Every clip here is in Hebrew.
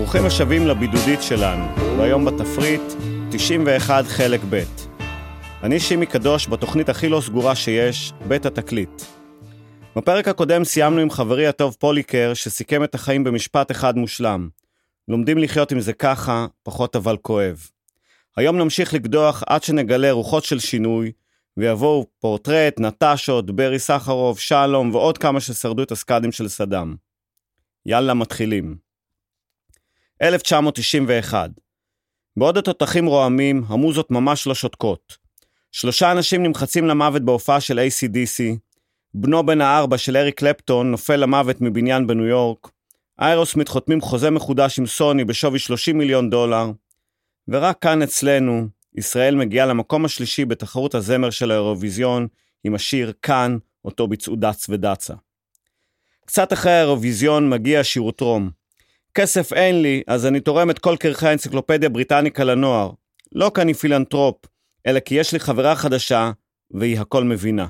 ברוכים השבים לבידודית שלנו, והיום בתפריט 91 חלק ב'. אני שימי קדוש בתוכנית הכי לא סגורה שיש, בית התקליט. בפרק הקודם סיימנו עם חברי הטוב פוליקר שסיכם את החיים במשפט אחד מושלם. לומדים לחיות עם זה ככה, פחות אבל כואב. היום נמשיך לקדוח עד שנגלה רוחות של שינוי, ויבואו פורטרט, נטשות, ברי סחרוף, שלום ועוד כמה ששרדו את הסקאדים של סדאם. יאללה מתחילים. 1991. בעוד התותחים רועמים, המוזות ממש לא שותקות. 3 אנשים נמחצים למוות בהופעה של AC/DC, בנו בן 4 של אריק קלפטון נופל למוות מבניין בניו יורק, איירוסמית חותמים חוזה מחודש עם סוני בשווי $30 מיליון, ורק כאן אצלנו, ישראל מגיעה למקום השלישי בתחרות הזמר של האירוויזיון, עם השיר כאן, אותו ביצעו דץ ודצה. קצת אחרי האירוויזיון מגיע שירוטרום. כסף אין לי, אז אני תורם את כל קרחי האנציקלופדיה בריטניקה לנוער. לא כי אני פילנטרופ, אלא כי יש לי חברה חדשה, והיא הכל מבינה.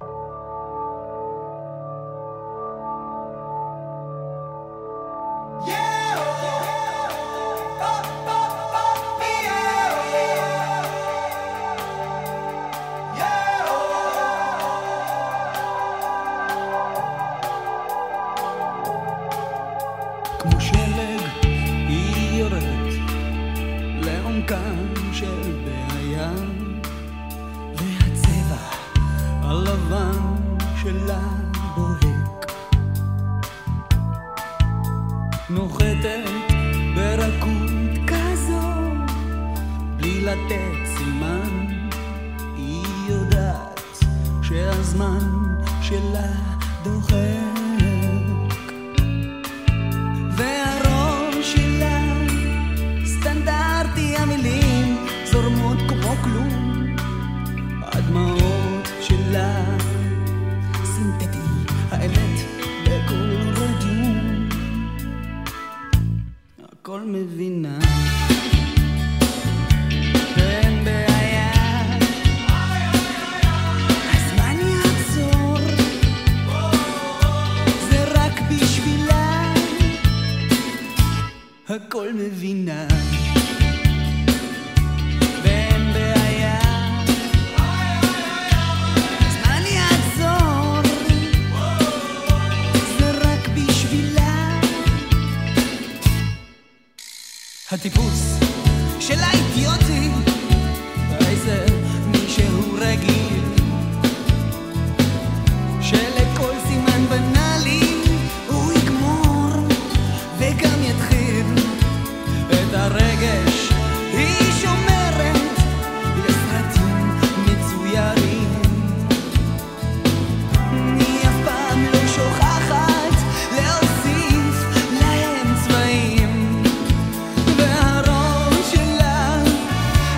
כמו שלג היא יורדת לעומקם של בעיה, והצבע הלבן שלה בוהק, נוחתת ברכות כזו בלי לתת סימן. היא יודעת שהזמן שלה דוחק, המילים זורמות כמו כלום, הדמעות שלה סינתטי, האמת בכל רדיום, הכל מבינה, אין בעיה, הזמן יעצור, זה רק בשבילה, הכל מבינה. הטיפוס של האידיוטי, איזה מישהו רגיל, שלכל סימן בנאלי הוא יגמור וגם יתחיל את הרגש. היא שומרת לסרטים מצוירים, היא אף פעם לא שוכחת להוסיף להם צבעים, והראש שלה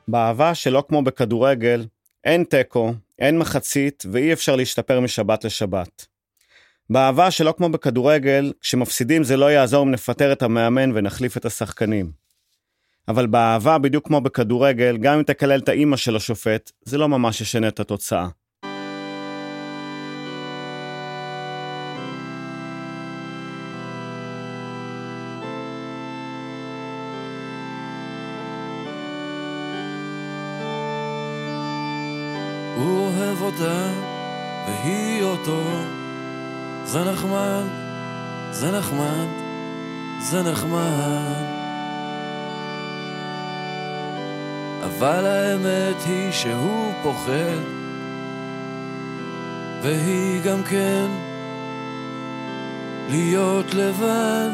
באהבה שלא כמו בכדורגל, אין טקו, אין מחצית ואי אפשר להשתפר משבת לשבת. באהבה שלא כמו בכדורגל, כשמפסידים זה לא יעזור אם נפטר את המאמן ונחליף את השחקנים. אבל באהבה, בדיוק כמו בכדורגל, גם אם תקלל את האמא של השופט, זה לא ממש ישנה את התוצאה. הוא אוהב אותה והיא אותו, זה נחמד, זה נחמד, זה נחמד. אבל האמת היא שהוא פוחד, והיא גם כן להיות לבד.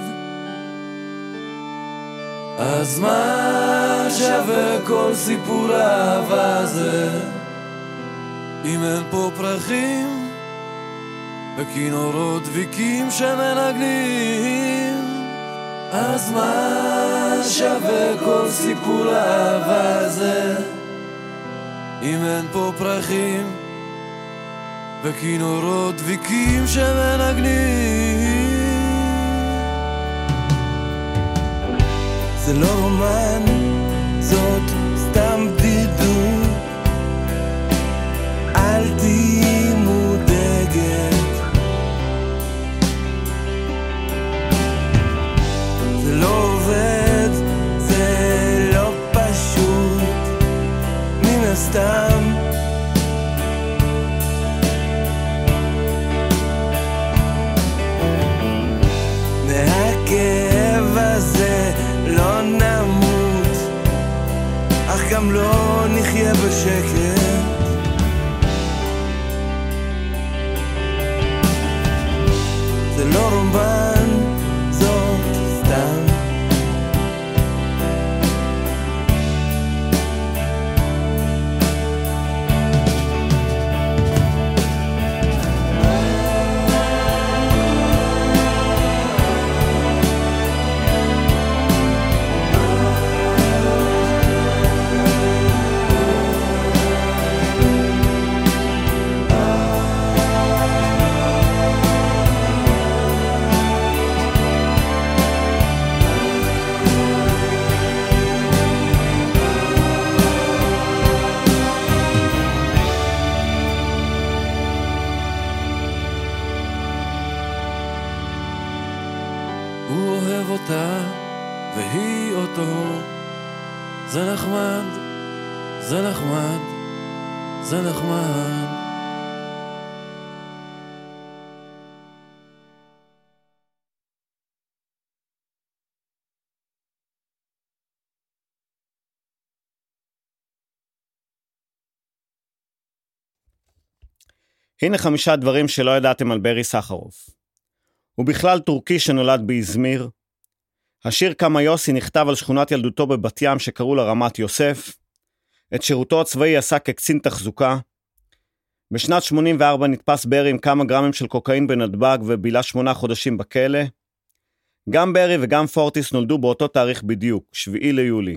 אז מה שווה כל סיפור האהבה הזה, אם אין פה פרחים וכינורות דביקים שמנגנים? אז מה שווה כל סיפור האהבה הזה, אם אין פה פרחים וכינורות דביקים שמנגנים? זה לא רומן, זאת סתם בדידות, אל תהי מודאגת. זה לא עובד, זה לא פשוט, מן הסתם. מהכאב הזה לא נמות, אך גם לא נחיה בשקט. זה לא רומן, זאת סתם. הוא אוהב אותה והיא אותו, זה נחמד, זה נחמד, זה נחמד. הנה 5 דברים שלא ידעתם על ברי סחרוף. הוא בכלל טורקי שנולד באזמיר. השיר כמה יוסי נכתב על שכונת ילדותו בבת ים שקראו לה רמת יוסף. את שירותו הצבאי עשה כקצין תחזוקה. בשנת 84 נתפס ברי עם כמה גרמים של קוקאין בנתב"ג ובילה 8 חודשים בכלא. גם ברי וגם פורטיס נולדו באותו תאריך בדיוק, 7 ליולי.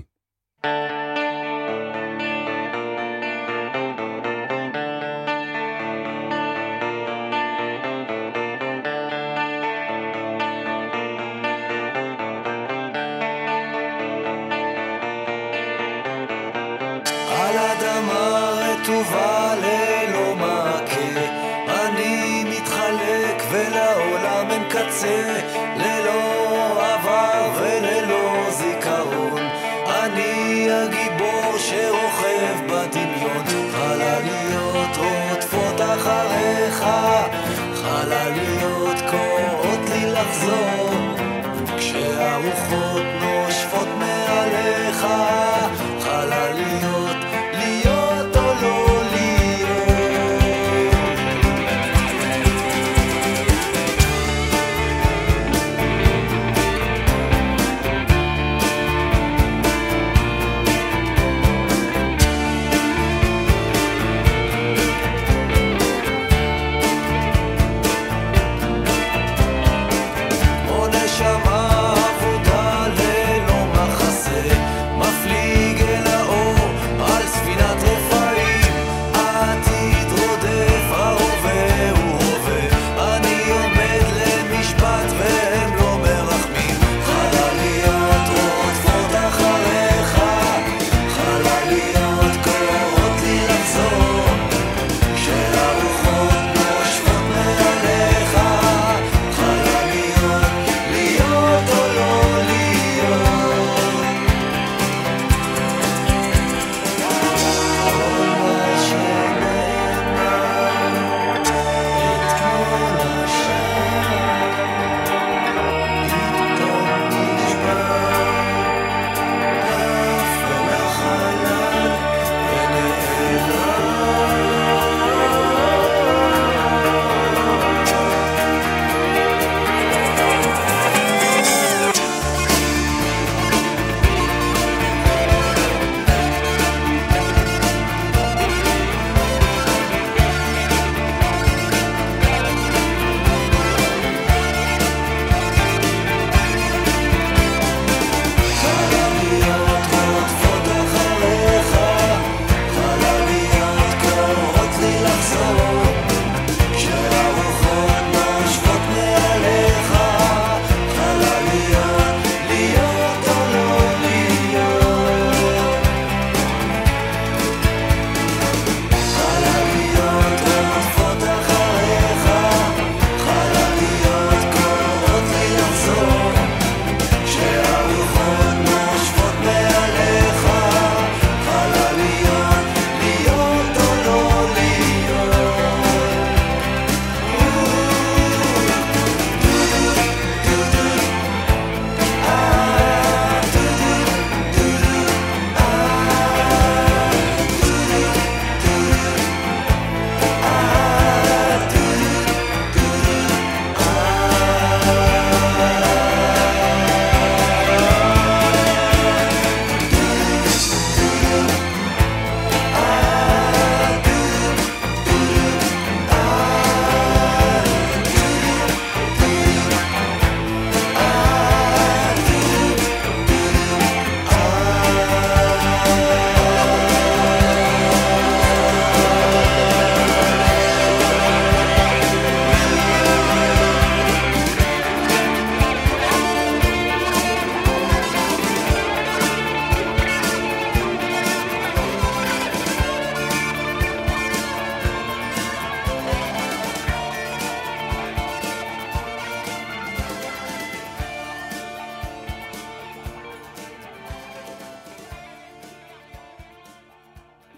על אדמה רטובה ללא מעקה, אני מתחלק ולעולם אין קצה, ללא עבר וללא זיכרון, אני הגיבור שרוכב בדמיון. חלליות רודפות אחריך, חלליות קוראות לי לחזור, כשהרוחות נושפות מעליך, חלליות להיות או לא להיות. כמו נשמה אבודה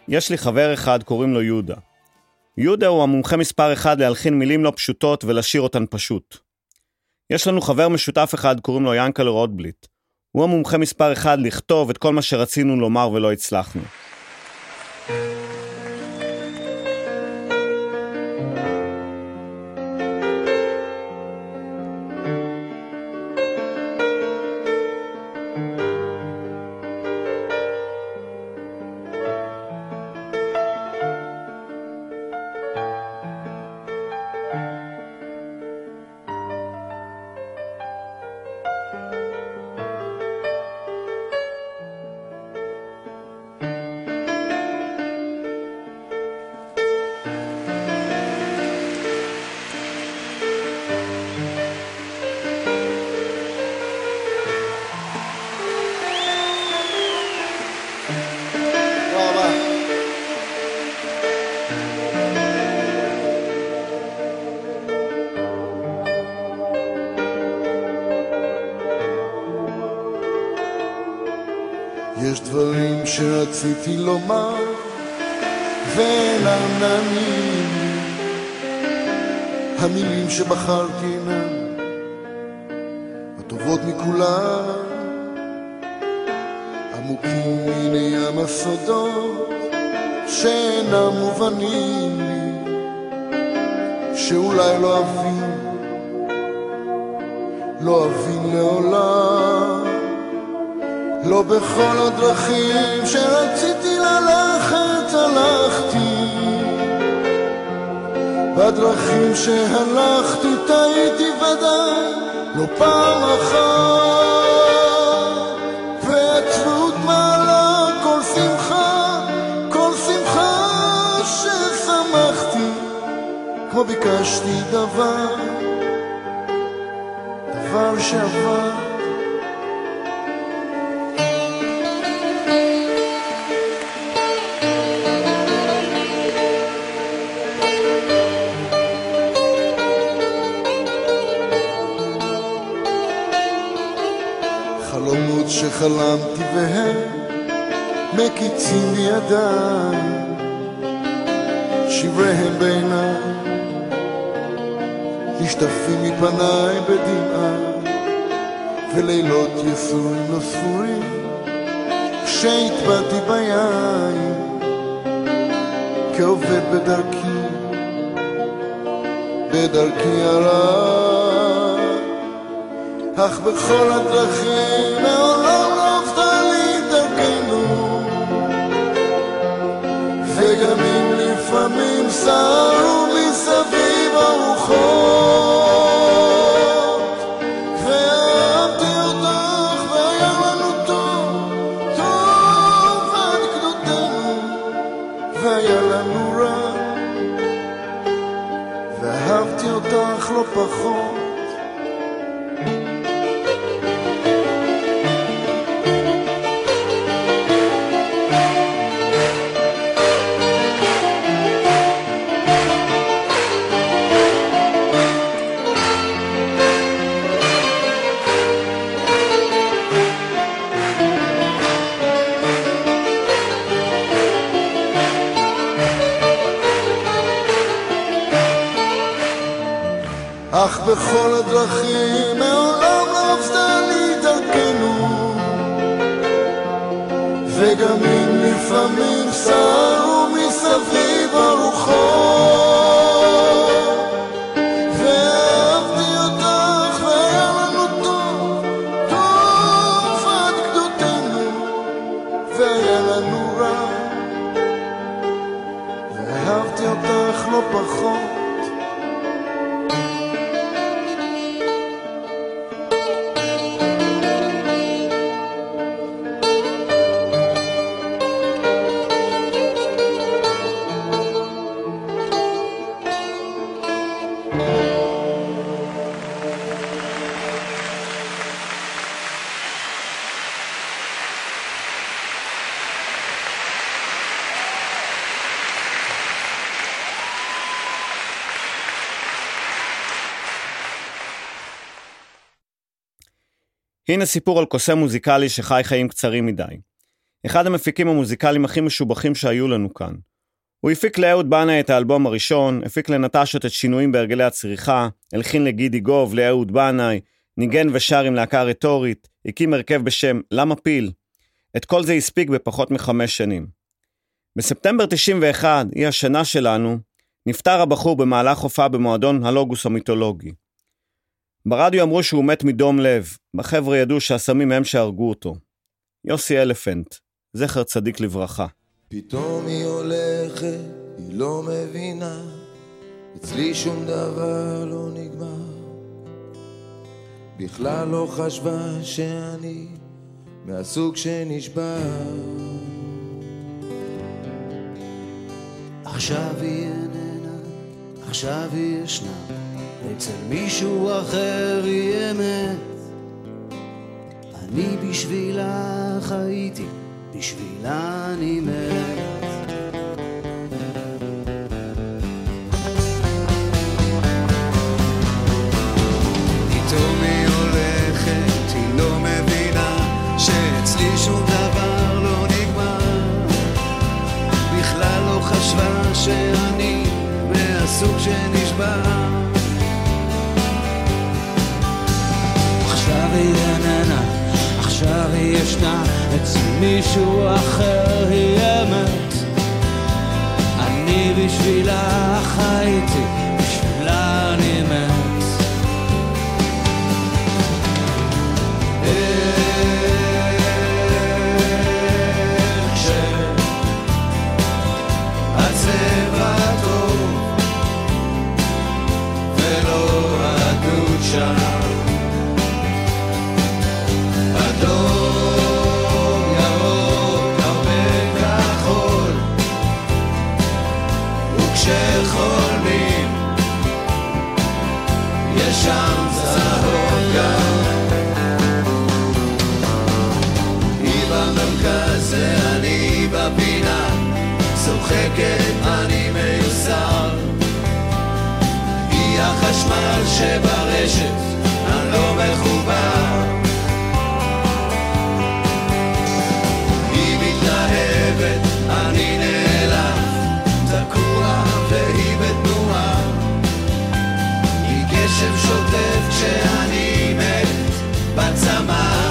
יש לי חבר אחד, קוראים לו יהודה. יהודה הוא המומחה מספר אחד להלחין מילים לא פשוטות ולשיר אותן פשוט. יש לנו חבר משותף אחד, קוראים לו ינקל רוטבליט. הוא המומחה מספר אחד לכתוב את כל מה שרצינו לומר ולא הצלחנו. יש דברים שרציתי לומר ואינם נעמים לי, המילים שבחרתי אינן הטובות מכולן, עמוקים מן ים הסודות שאינם מובנים לי, שאולי לא אבין לעולם. לא בכל הדרכים שרציתי ללכת הלכתי, בדרכים שהלכתי טעיתי ודאי לא פעם אחת, ועצבות מעלה כל שמחה ששמחתי, כמו ביקשתי דבר שעבר. חלומות שחלמתי והם מקיצים בידיי, שבריהם בעיניי נשטפים מפניי בדמעה, ולילות יסורים לא ספורים כשהתבאתי ביין, כעובד בדרכי הרע, אך בכל הדרכים מעולם לא עבדה לי דרכנו, וגם אם לפעמים סערו מסביב הרוחות, ואהבתי אותך והיה לנו טוב עד גדותנו, והיה לנו רע, ואהבתי אותך לא פחות. אך בכל הדרכים מעולם לא עבדה לי דרכנו, וגם אם לפעמים סערו מסביב הרוחות, ואהבתי אותך והיה לנו טוב עד גדותנו, והיה לנו רע, ואהבתי אותך לא פחות. הנה סיפור על קוסם מוזיקלי שחי חיים קצרים מדי. אחד המפיקים המוזיקליים הכי משובחים שהיו לנו כאן. הוא הפיק לאהוד בנאי את האלבום הראשון, הפיק לנטשות את שינויים בהרגלי הצריכה, הלחין לגידי גוב, לאהוד בנאי, ניגן ושר עם להקה רטורית, הקים הרכב בשם למה פיל. את כל זה הספיק בפחות מ5 שנים. בספטמבר 91, היא השנה שלנו, נפטר הבחור במהלך הופעה במועדון הלוגוס המיתולוגי. ברדיו אמרו שהוא מת מדום לב, בחבר'ה ידעו שהסמים הם שהרגו אותו. יוסי אלפנט, זכר צדיק לברכה. פתאום היא הולכת, היא לא מבינה, אצלי שום דבר לא נגמר. בכלל לא חשבה שאני מהסוג שנשבר. עכשיו היא איננה, עכשיו היא ישנה, אצל מישהו אחר היא אמת. אני בשבילה חייתי, בשבילה אני מת. פתאום היא הולכת, היא לא מבינה שאצלי שום דבר לא נגמר. בכלל לא חשבה שאני מהסוג שנשבר. עכשיו היא איננה, עכשיו היא ישנה, אצל מישהו אחר היא אמת. אני בשבילה חייתי, בשבילה אני מת. הצבע טוב ולא הדוד שם, אדום ירוק הרבה כחול, וכשחולמים יש שם צהוב גם. היא במרכז ואני בפינה, צוחקת אני מיוסר. היא החשמל שברשת, אני לא מחובר. היא מתלהבת, אני נעלם, תקוע והיא בתנועה. היא קשב שוטף כשאני מת בצמא.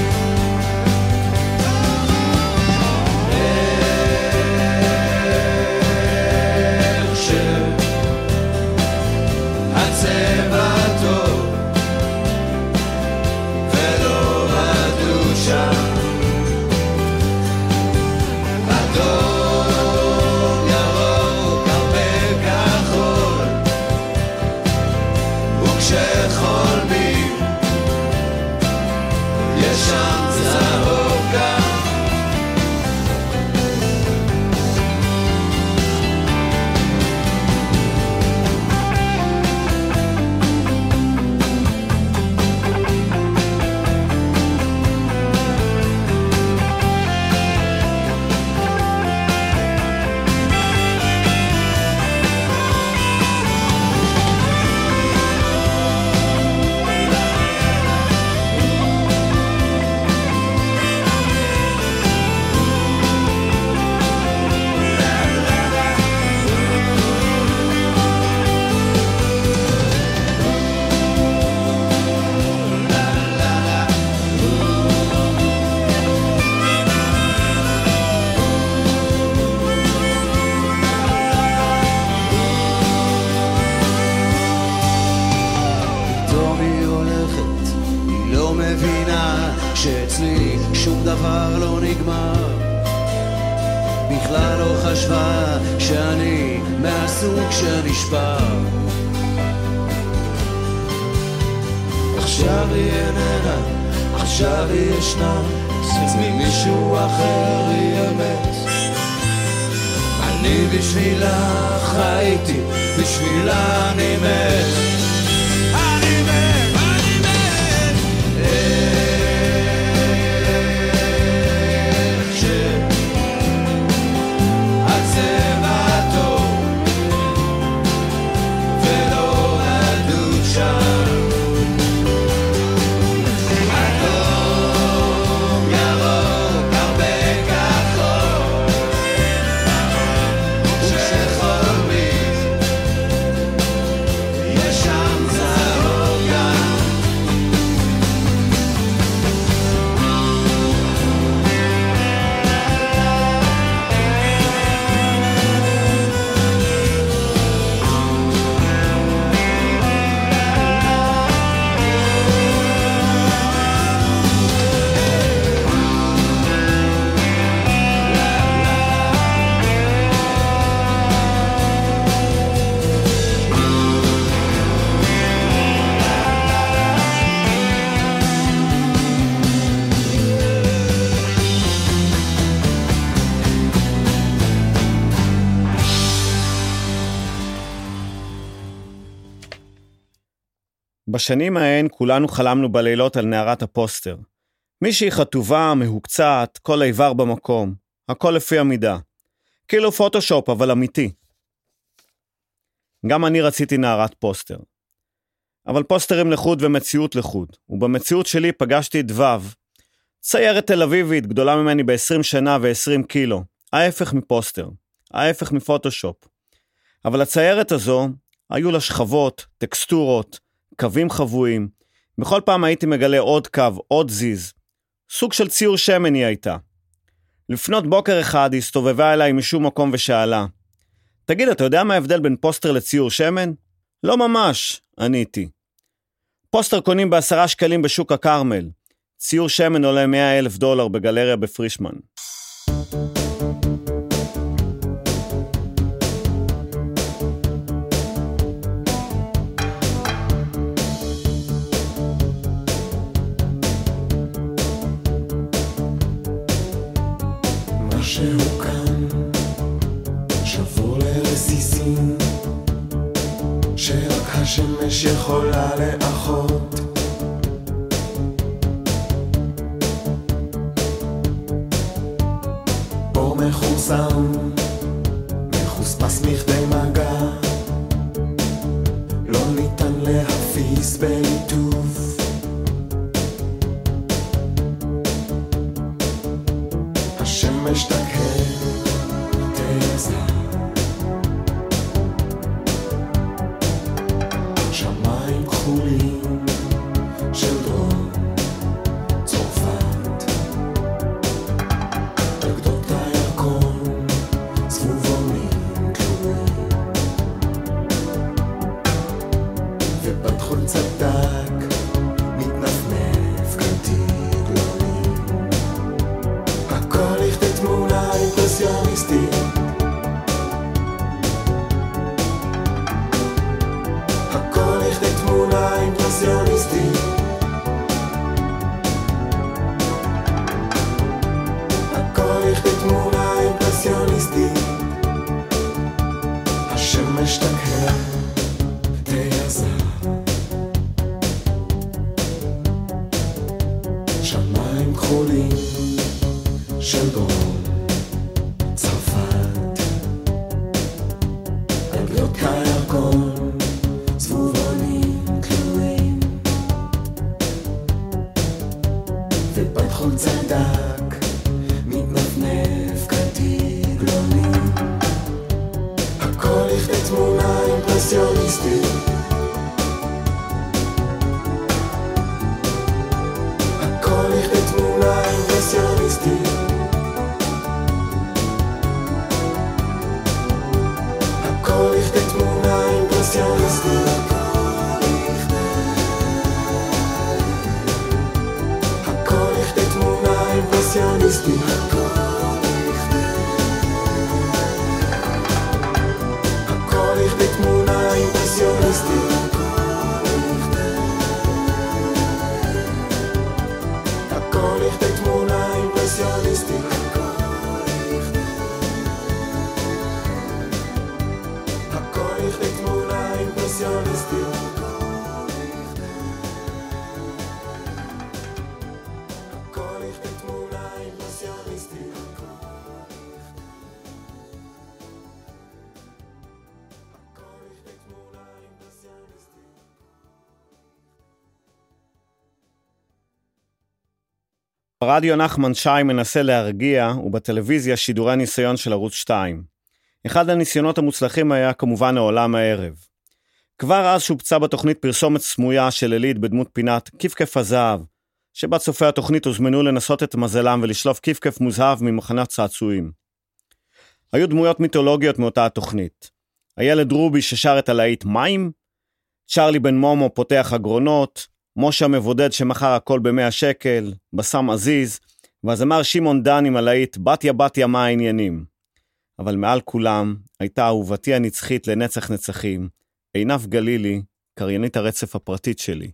שאצלי שום דבר לא נגמר. בכלל לא חשבה שאני מהסוג שנשבר. עכשיו היא איננה, עכשיו היא ישנה, אצל מישהו אחר היא אמת. אני בשבילה חייתי, בשבילה אני מת. אדום ירוק הרבה בשנים ההן כולנו חלמנו בלילות על נערת הפוסטר. מישהי חטובה, מהוקצת, כל איבר במקום. הכל לפי המידה. כאילו פוטושופ, אבל אמיתי. גם אני רציתי נערת פוסטר. אבל פוסטרים לחוד ומציאות לחוד. ובמציאות שלי פגשתי את דבב. ציירת תל אביבית, גדולה ממני ב-20 שנה ו-20 קילו. ההפך מפוסטר. ההפך מפוטושופ. אבל הציירת הזו, היו לה שכבות, טקסטורות, קווים חבויים. בכל פעם הייתי מגלה עוד קו, עוד זיז. סוג של ציור שמן היא הייתה. לפנות בוקר אחד היא הסתובבה אליי משום מקום ושאלה, תגיד, אתה יודע מה ההבדל בין פוסטר לציור שמן? לא ממש, עניתי. פוסטר קונים ב10 שקלים בשוק הקרמל. ציור שמן עולה $100,000 בגלריה בפרישמן. משהו כאן שבור לרסיסים שרק השמש יכולה לאחות אור מחוסם מחוספס מכדי מגע לא ניתן להפיס בליטוף השמש תקהה תעזה שמיים כחולים של דרום צרפת על גדות הירקון זבובונים תלויים ובדחול צדק מתנפנף גלתי גלונים הכל לכדי תמונה אימפרסיוניסטית הכל לכדי תמונה אימפרסיוניסטית הכל לכדי תמונה אימפרסיוניסטית השמש תקהה תעזה שמיים כחולים של דרום צרפת על גדות הירקון זבובונים תלויים ובדחול צדק מתנפנף גלתי גלונים הכל לכדי תמונה אימפרסיוניסטית הכל לכדי תמונה אימפרסיוניסטית הכל לכדי תמונה אימפרסיוניסטית הכל לכדי תמונה אימפרסיוניסטית הכל לכדי תמונה אימפרסיוניסטית הכל לכדי תמונה אימפרסיוניסטית הכל לכדי תמונה אימפרסיוניסטית הכל לכדי תמונה אימפרסיוניסטית ברדיו נחמן שי מנסה להרגיע, ובטלוויזיה שידורי ניסיון של ערוץ 2. אחד הניסיונות המוצלחים היה כמובן העולם הערב. כבר אז שופצה בתוכנית פרסומת סמויה של אלית בדמות פינת כיף הזהב, שבה צופי התוכנית הוזמנו לנסות את מזלם ולשלוף כיף מוזהב ממחנת צעצועים. היו דמויות מיתולוגיות מאותה התוכנית. הילד רובי ששר את הלהיט מים, צ'רלי בן מומו פותח אגרונות, משה מבודד שמחר הכל ב100 שקל, בסם עזיז, והזמר שמעון דן עם הלהיט בתיה מה העניינים. אבל מעל כולם הייתה אהובתי הנצחית לנצח נצחים, עינב גלילי, קריינית הרצף הפרטית שלי.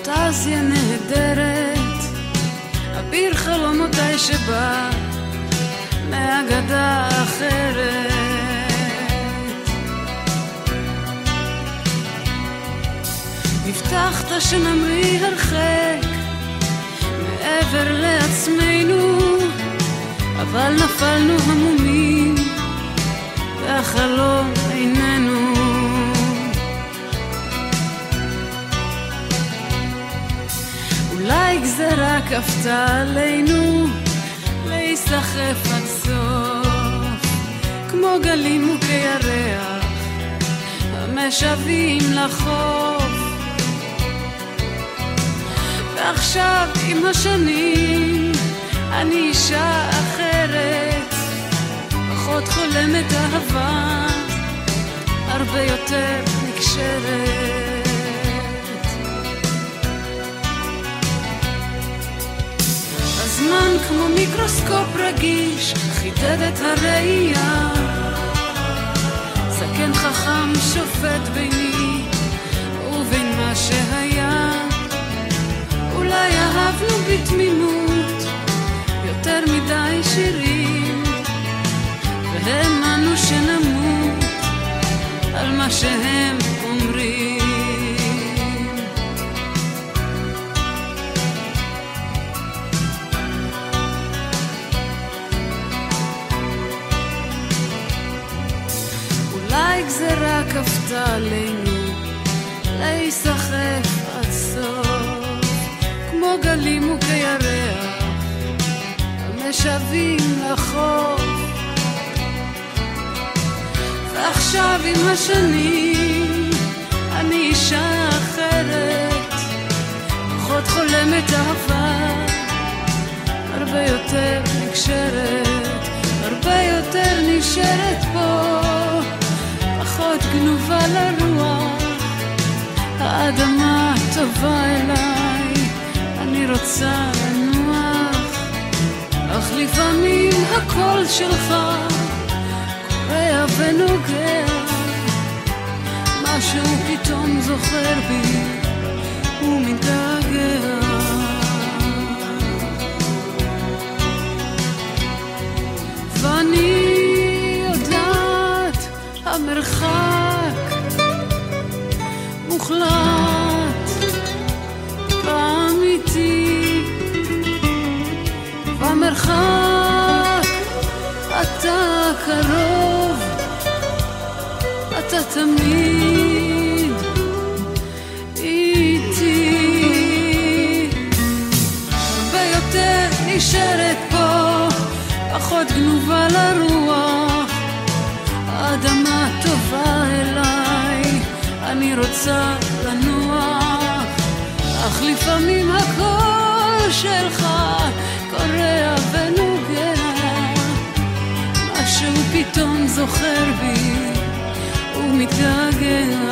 פנטזיה נהדרת, אביר חלומותיי שבא מהגדה אחרת. הבטחת שנמריא הרחק מעבר לעצמנו, אבל נפלנו המומים והחלום איננו. אולי גזרה כפתה עלינו להיסחף עד סוף, כמו גלים וכירח המשווים לחוף. ועכשיו עם השנים אני אישה אחרת, פחות חולמת אהבה, הרבה יותר נקשרת. הזמן כמו מיקרוסקופ רגיש חידד את הראייה, זקן חכם שופט ביני ובין מה שהיה. אולי אהבנו בתמימות יותר מדי שירים, והאמנו שנמות על מה שהם אומרים. אולי גזרה כפתה עלינו להיסחף עד סוף, כמו גלים וכירח המשווים לחוף. ועכשיו עם השנים אני אישה אחרת, פחות חולמת אהבה, הרבה יותר נקשרת, הרבה יותר נשארת פה, פחות גנובה לרוח. האדמה טובה אליי, אני רוצה לנוח, אך לפעמים הקול שלך קורא ונוגע, משהו פתאום זוכר בי ומתגעגע. ואני יודעת המרחק מוחלט ואמיתי, במרחק אתה קרוב, אתה תמיד איתי. הרבה יותר נשארת פה, פחות גנובה לרוח. האדמה טובה אליי, אני רוצה לנוח, אך לפעמים הקול שלך קורא ונוגע, משהו פתאום זוכר בי ומתגעגע.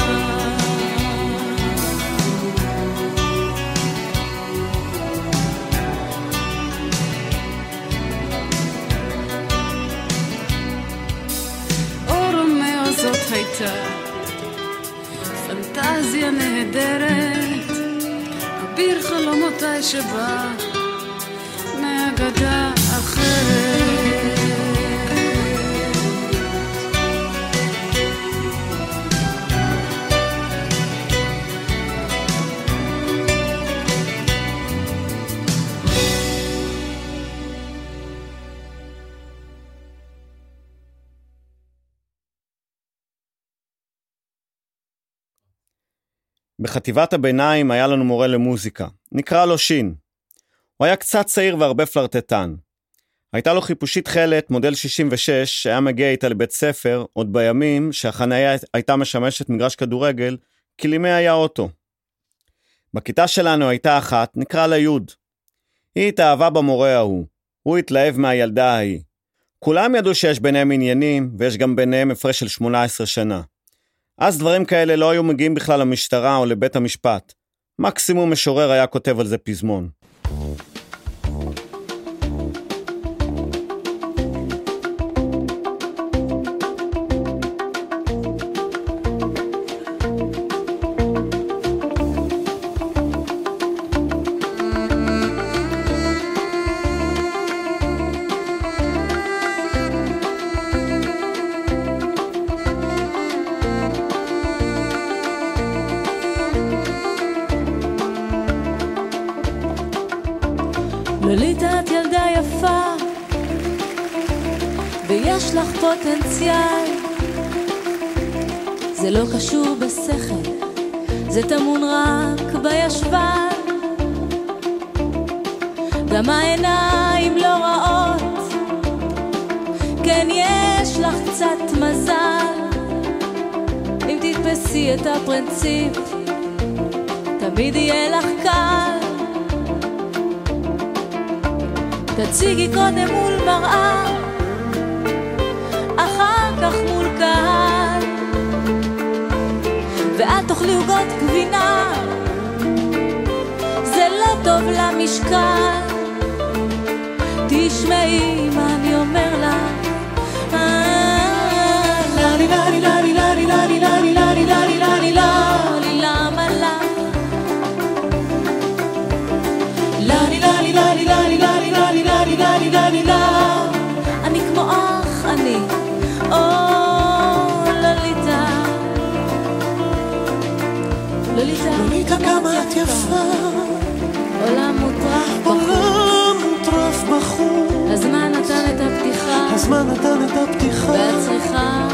רומאו זאת הייתה פנטזיה נהדרת, אביר חלומותיי שבא מהגדה אחרת. בחטיבת הביניים היה לנו מורה למוזיקה, נקרא לו שין. הוא היה קצת צעיר והרבה פלרטטן. הייתה לו חיפושית חלת מודל 66 שהיה מגיע איתה לבית ספר, עוד בימים שהחניה הייתה משמשת מגרש כדורגל, כי לימי היה אוטו. בכיתה שלנו הייתה אחת, נקרא לה יוד. היא התאהבה במורה ההוא, הוא התלהב מהילדה ההיא. כולם ידעו שיש ביניהם עניינים, ויש גם ביניהם הפרש של 18 שנה. אז דברים כאלה לא היו מגיעים בכלל למשטרה או לבית המשפט. מקסימום משורר היה כותב על זה פזמון. לוליטה את ילדה יפה ויש לך פוטנציאל, זה לא קשור בשכל, זה טמון רק בישבן. גם העיניים לא רעות, כן יש לך קצת מזל, אם תתפסי את הפרינציפ תמיד יהיה לך קל. תציגי קודם מול מראה, אחר כך מול קהל, ואל תאכלי עוגות גבינה, זה לא טוב למשקל. תשמעי מה אני אומר לך, ללי ללי ללי ללי ללי ללי ללי ללי ללי ללי למה לך, ללי ללי ללי ללי ללי ללי ללי ללי ללי ללי, אני כמו אח אני, לוליטה, לוליטה, לוליטה כמה את יפה, עולם מוטרף בחוץ, הזמן נתן את הפתיחה, הזמן נתן את הפתיחה, ואת צריכה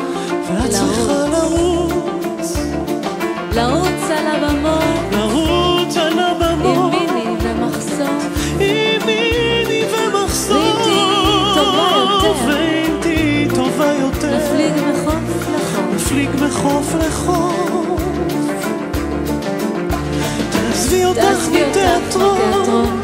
לרוץ על הבמות, לרוץ על הבמות, עם מיני ומחסום, עם מיני ומחסום, ואם תהי טובה יותר, נפליג מחוף לחוף, נפליג מחוף לחוף. תעזבי אותך מתיאטרון,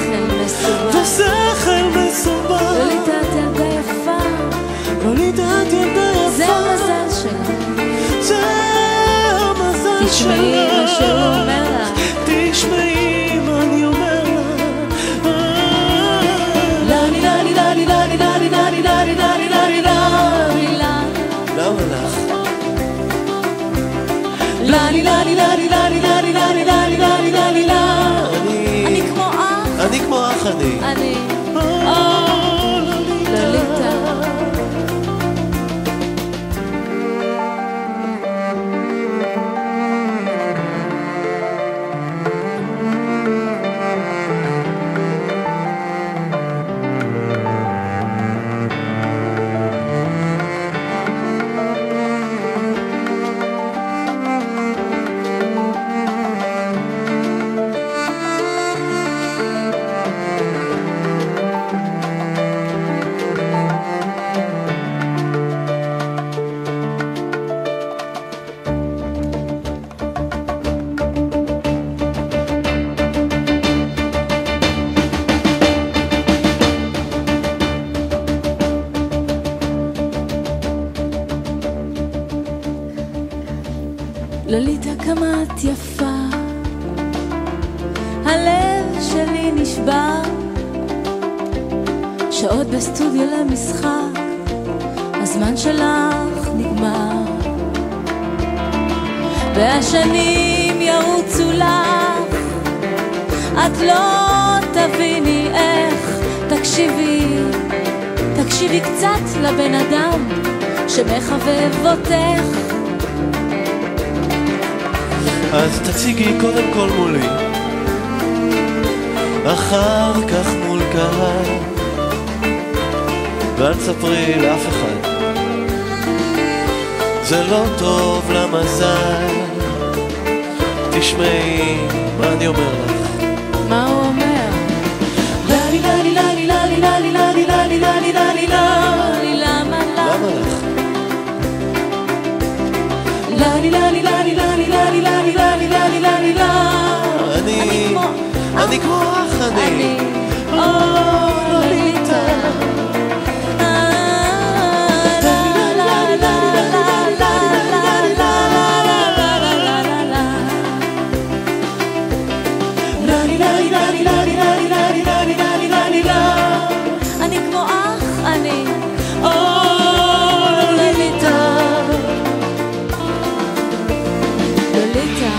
ושכל מסובב, לוליטה את ילדה יפה, לוליטה את ילדה יפה, זה המזל שלך, זה המזל שלך. תשמעי מה שהוא אומר לך, תשמעי מה אני אומר לך, ללי ללי ללי ללי ללי ללי ללי ללי ללי ללי, למה לך? ללי ללי ללי ללי ללי ללי ללי ללי ללי ללי, אני כמו אח, אני כמו אח אני, לוליטה. לוליטה כמה את יפה, הלב שלי נשבר, שעות בסטודיו למשחק, הזמן שלך נגמר, והשנים ירוצו לך, את לא תביני איך, תקשיבי קצת לבן אדם שמחבב אותך. אז תציגי קודם כל מולי, אחר כך מול קהל, ואל תספרי לאף אחד, זה לא טוב למזל. תשמעי מה אני אומר לך, מה הוא אומר? ללי ללי ללי ללי ללי ללי ללי ללי ללי ללי, למה לך? ללי ללי ללי ללי ללי ללי ללי ללי ללי ללי, אני כמו אח אני, לוליטה. אני כמו אח אני, לוליטה, לוליטה.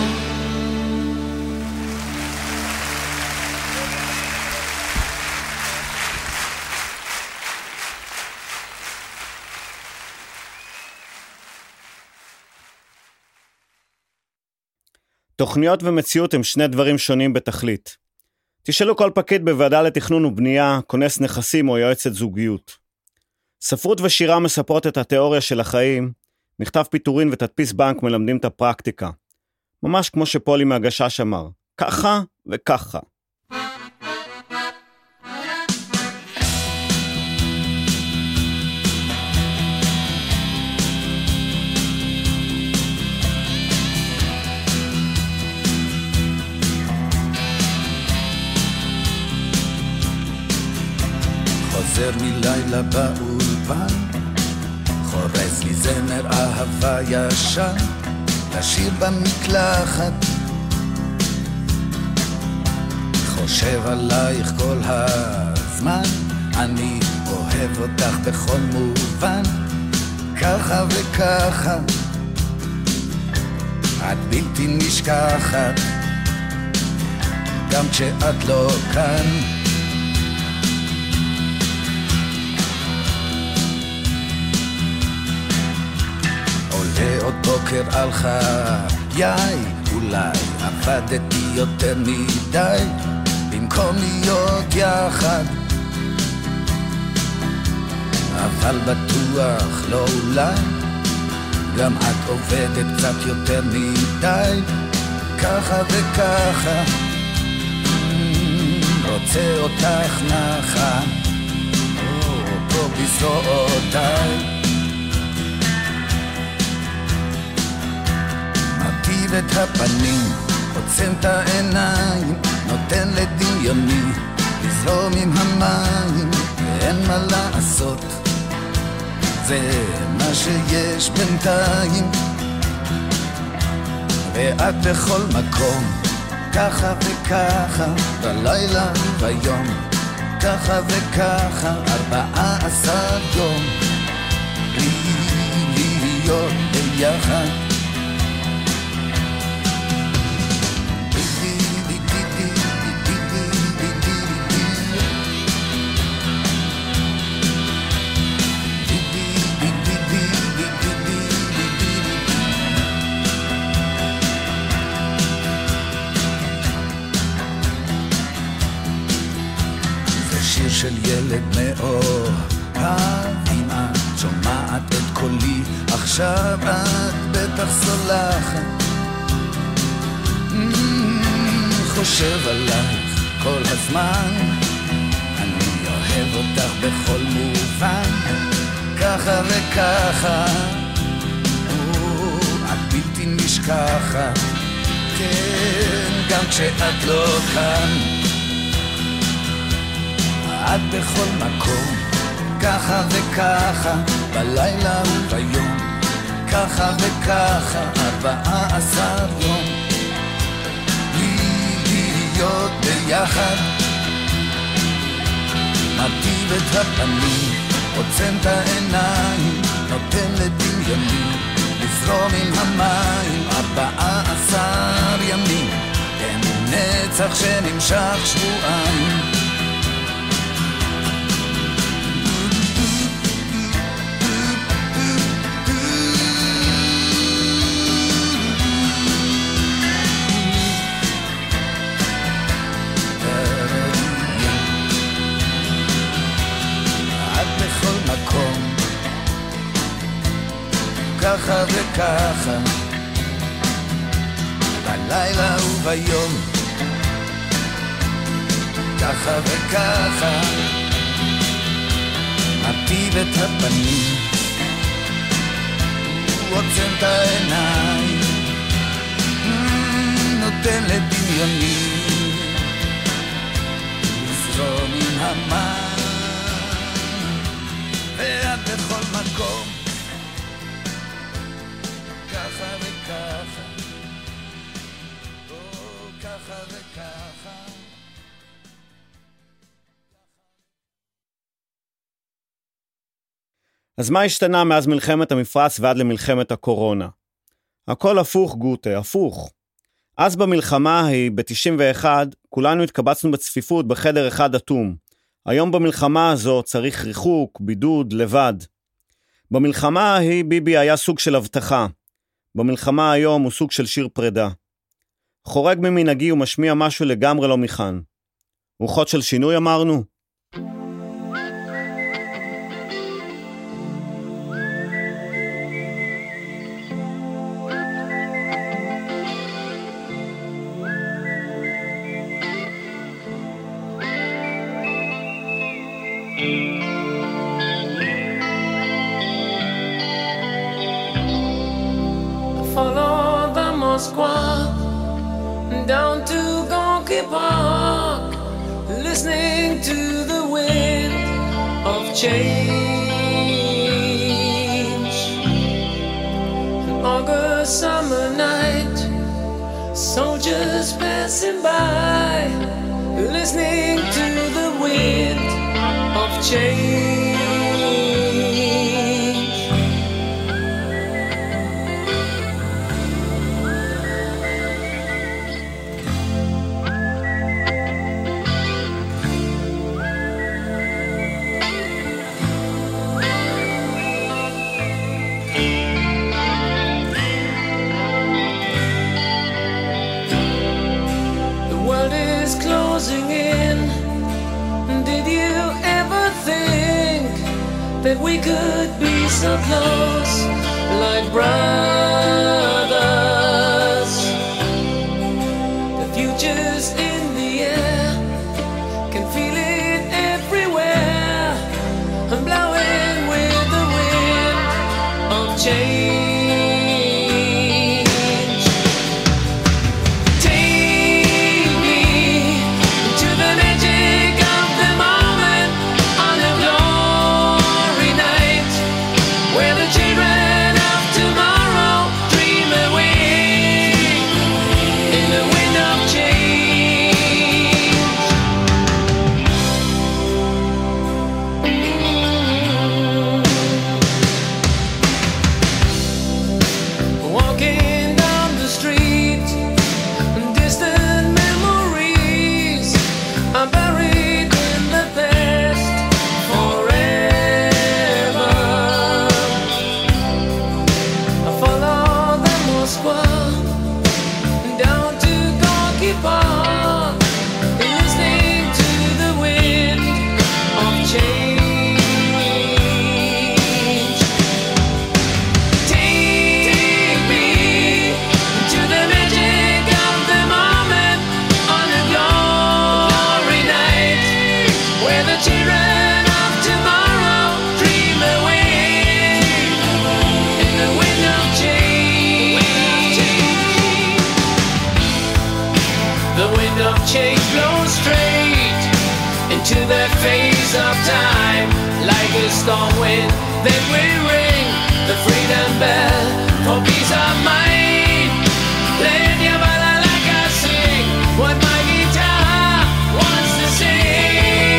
תוכניות ומציאות הם שני דברים שונים בתכלית. תשאלו כל פקיד בוועדה לתכנון ובנייה, כונס נכסים או יועצת זוגיות. ספרות ושירה מספרות את התיאוריה של החיים, מכתב פיטורין ותדפיס בנק מלמדים את הפרקטיקה. ממש כמו שפולי מהגשש אמר, ככה וככה. חוזר מלילה באולפן, חורז לי זמר אהבה ישן, לשיר במקלחת, חושב עלייך כל הזמן, אני אוהב אותך בכל מובן, ככה וככה, את בלתי נשכחת, גם כשאת לא כאן. עוד בוקר על חיי, אולי עבדתי יותר מדי, במקום להיות יחד, אבל בטוח לא אולי, גם את עובדת קצת יותר מדי, ככה וככה, רוצה אותך נחה, פה בזרועותיי, את הפנים, עוצם את העיניים, נותן לדמיוני לזרום עם המים, ואין מה לעשות, זה מה שיש בינתיים, ואת בכל מקום, ככה וככה, בלילה וביום, ככה וככה, 14 יום, בלי להיות ביחד. של ילד מאוהב, אם את שומעת את קולי, עכשיו את בטח סולחת, חושב עלייך כל הזמן, אני אוהב אותך בכל מובן, ככה וככה, את בלתי נשכחת, כן, גם כשאת לא כאן, את בכל מקום, ככה וככה, בלילה וביום, ככה וככה, 14 יום, בלי להיות ביחד, מטיב את הפנים, עוצם את העיניים, נותן לדמיוני, לזרום עם המים, 14 ימים, אין נצח שנמשך שבועיים, ככה וככה, בלילה וביום, ככה וככה, מטיב את הפנים, עוצם את העיניים, נותן לדמיוני, לזרום עם המים, ואת בכל מקום, ככה וככה, ככה וככה. אז מה השתנה מאז מלחמת המפרץ ועד למלחמת הקורונה? הכל הפוך גוטה, הפוך. אז במלחמה ההיא, ב-91, כולנו התקבצנו בצפיפות בחדר אחד אטום. היום במלחמה הזו צריך ריחוק, בידוד, לבד. במלחמה ההיא ביבי היה סוג של הבטחה. במלחמה היום הוא סוג של שיר פרידה. חורג ממנהגי ומשמיע משהו לגמרי לא מכאן. רוחות של שינוי אמרנו? Follow the Moskva down to Gonky Park, listening to the wind of change. An August summer night, soldiers passing by, listening to the wind of change. Closing in. Did you ever think that we could be so close, like brothers? The future's in the air, can feel it everywhere. I'm blowing with the wind of change. Change blows straight into that phase of time, like a storm wind that will ring the freedom bell for peace of mind. Let your bala like I sing what my guitar wants to sing.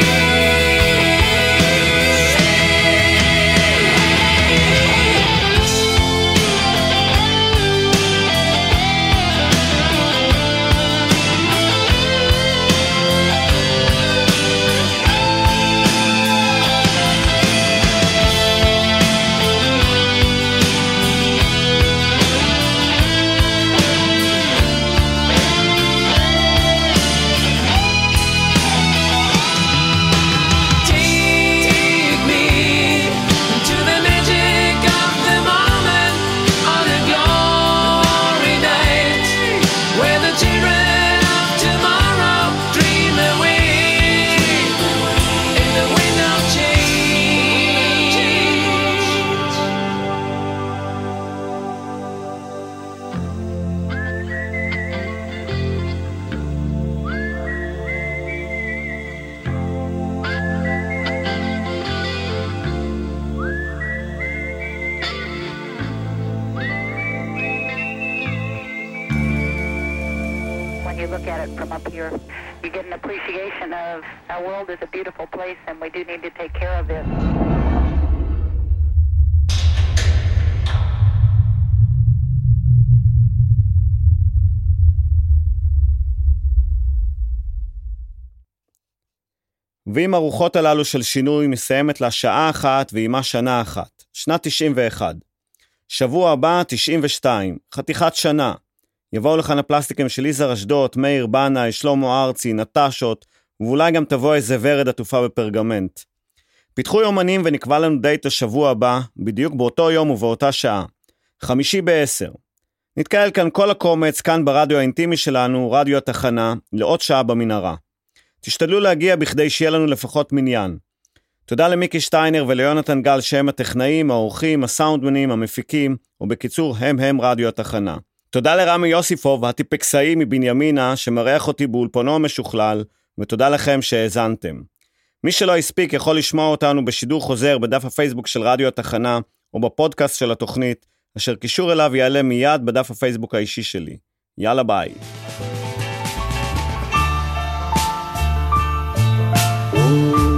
From up here, you get an appreciation of our world is a beautiful place and we do need to take care of it. ועם הרוחות הללו של שינוי מסיימת לה שעה אחת ועימה שנה אחת, שנת 91. שבוע הבא 92, חתיכת שנה. יבואו לכאן הפלסטיקים של יזהר אשדות, מאיר בנאי, שלמה ארצי, נטשות, ואולי גם תבוא איזה ורד עטופה בפרגמנט. פיתחו יומנים ונקבע לנו דייט לשבוע הבא, בדיוק באותו יום ובאותה שעה. 5:50. נתקהל כאן כל הקומץ, כאן ברדיו האינטימי שלנו, רדיו התחנה, לעוד שעה במנהרה. תשתדלו להגיע בכדי שיהיה לנו לפחות מניין. תודה למיקי שטיינר וליונתן גל שהם הטכנאים, האורחים, הסאונדמנים, המפיקים, ובקיצור הם רדיו התחנה. תודה לרמי יוסיפוב, הטיפקסאי מבנימינה, שמרח אותי באולפנו המשוכלל, ותודה לכם שהאזנתם. מי שלא הספיק יכול לשמוע אותנו בשידור חוזר בדף הפייסבוק של רדיו התחנה, או בפודקאסט של התוכנית, אשר קישור אליו יעלה מיד בדף הפייסבוק האישי שלי. יאללה ביי. Oh